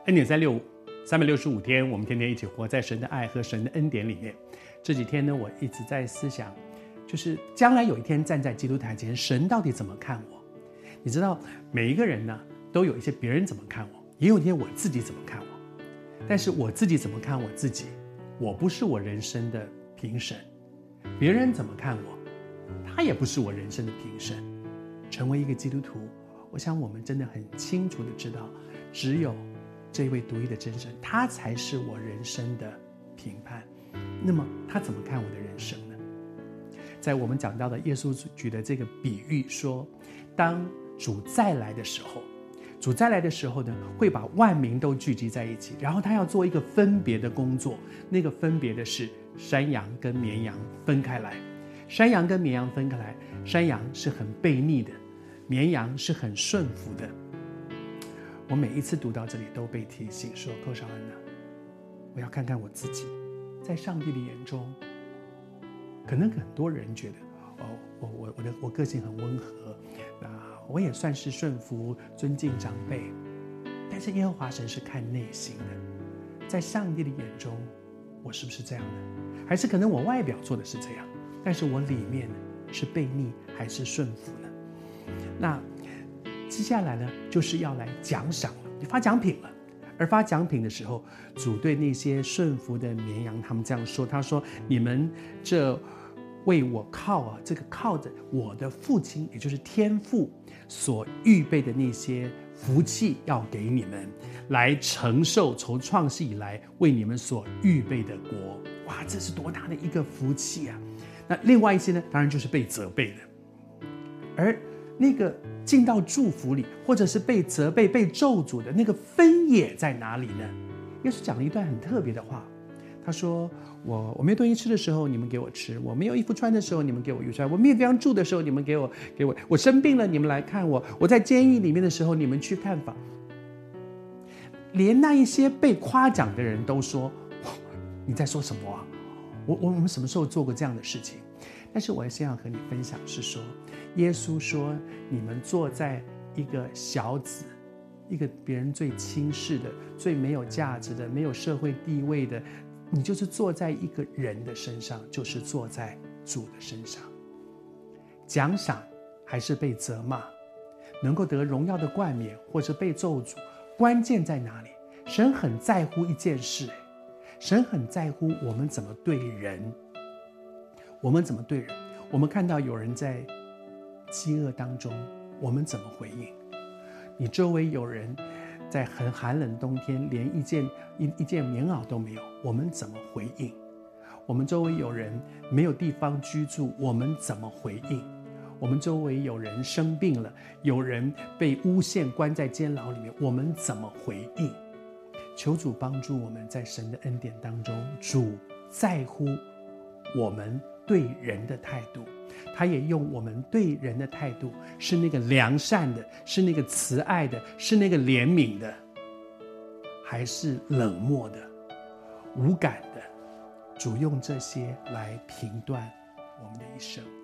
恩典365 365天，我们天天一起活在神的爱和神的恩典里面。这几天呢，我一直在思想，就是将来有一天站在基督台前，神到底怎么看我？你知道，每一个人呢，都有一些别人怎么看我，也有一天我自己怎么看我。但是我自己怎么看我自己，我不是我人生的评审；别人怎么看我，他也不是我人生的评审。成为一个基督徒，我想我们真的很清楚的知道，只有这位独一的真神，他才是我人生的评判。那么他怎么看我的人生呢？在我们讲到的耶稣举的这个比喻说，当主再来的时候，主再来的时候呢，会把万民都聚集在一起，然后他要做一个分别的工作。那个分别的是山羊跟绵羊分开来。山羊跟绵羊分开来，山羊是很悖逆的，绵羊是很顺服的。我每一次读到这里都被提醒说，寇绍恩啊，我要看看我自己，在上帝的眼中，可能很多人觉得我个性很温和，我也算是顺服尊敬长辈，但是耶和华神是看内心的，在上帝的眼中，我是不是这样的？还是可能我外表做的是这样，但是我里面是悖逆还是顺服呢？那接下来呢，就是要来奖赏了，发奖品了。而发奖品的时候，主对那些顺服的绵羊他们这样说，他说，你们这为我靠这个靠着我的父亲，也就是天父所预备的那些福气，要给你们来承受从创世以来为你们所预备的国。哇，这是多大的一个福气啊！那另外一些呢，当然就是被责备的。而那个进到祝福里，或者是被责备、被咒诅的那个分野在哪里呢？耶稣讲了一段很特别的话，他说，我没有东西吃的时候，你们给我吃；我没有衣服穿的时候，你们给我衣服穿；我没有地方住的时候，你们给我；我生病了，你们来看我；我在监狱里面的时候，你们去看访。连那一些被夸奖的人都说，你在说什么啊？我们什么时候做过这样的事情？但是我先要和你分享是说，耶稣说，你们坐在一个小子，一个别人最轻视的、最没有价值的、没有社会地位的，你就是坐在一个人的身上，就是坐在主的身上。奖赏还是被责骂，能够得荣耀的冠冕，或者被咒诅，关键在哪里？神很在乎一件事，神很在乎我们怎么对人。我们怎么对人？我们看到有人在饥饿当中，我们怎么回应？你周围有人在很寒冷冬天，连一件棉袄都没有，我们怎么回应？我们周围有人没有地方居住，我们怎么回应？我们周围有人生病了，有人被诬陷关在监牢里面，我们怎么回应？求主帮助我们在神的恩典当中，主在乎我们对人的态度，他也用我们对人的态度，是那个良善的，是那个慈爱的，是那个怜悯的，还是冷漠的、无感的？主用这些来评断我们的一生。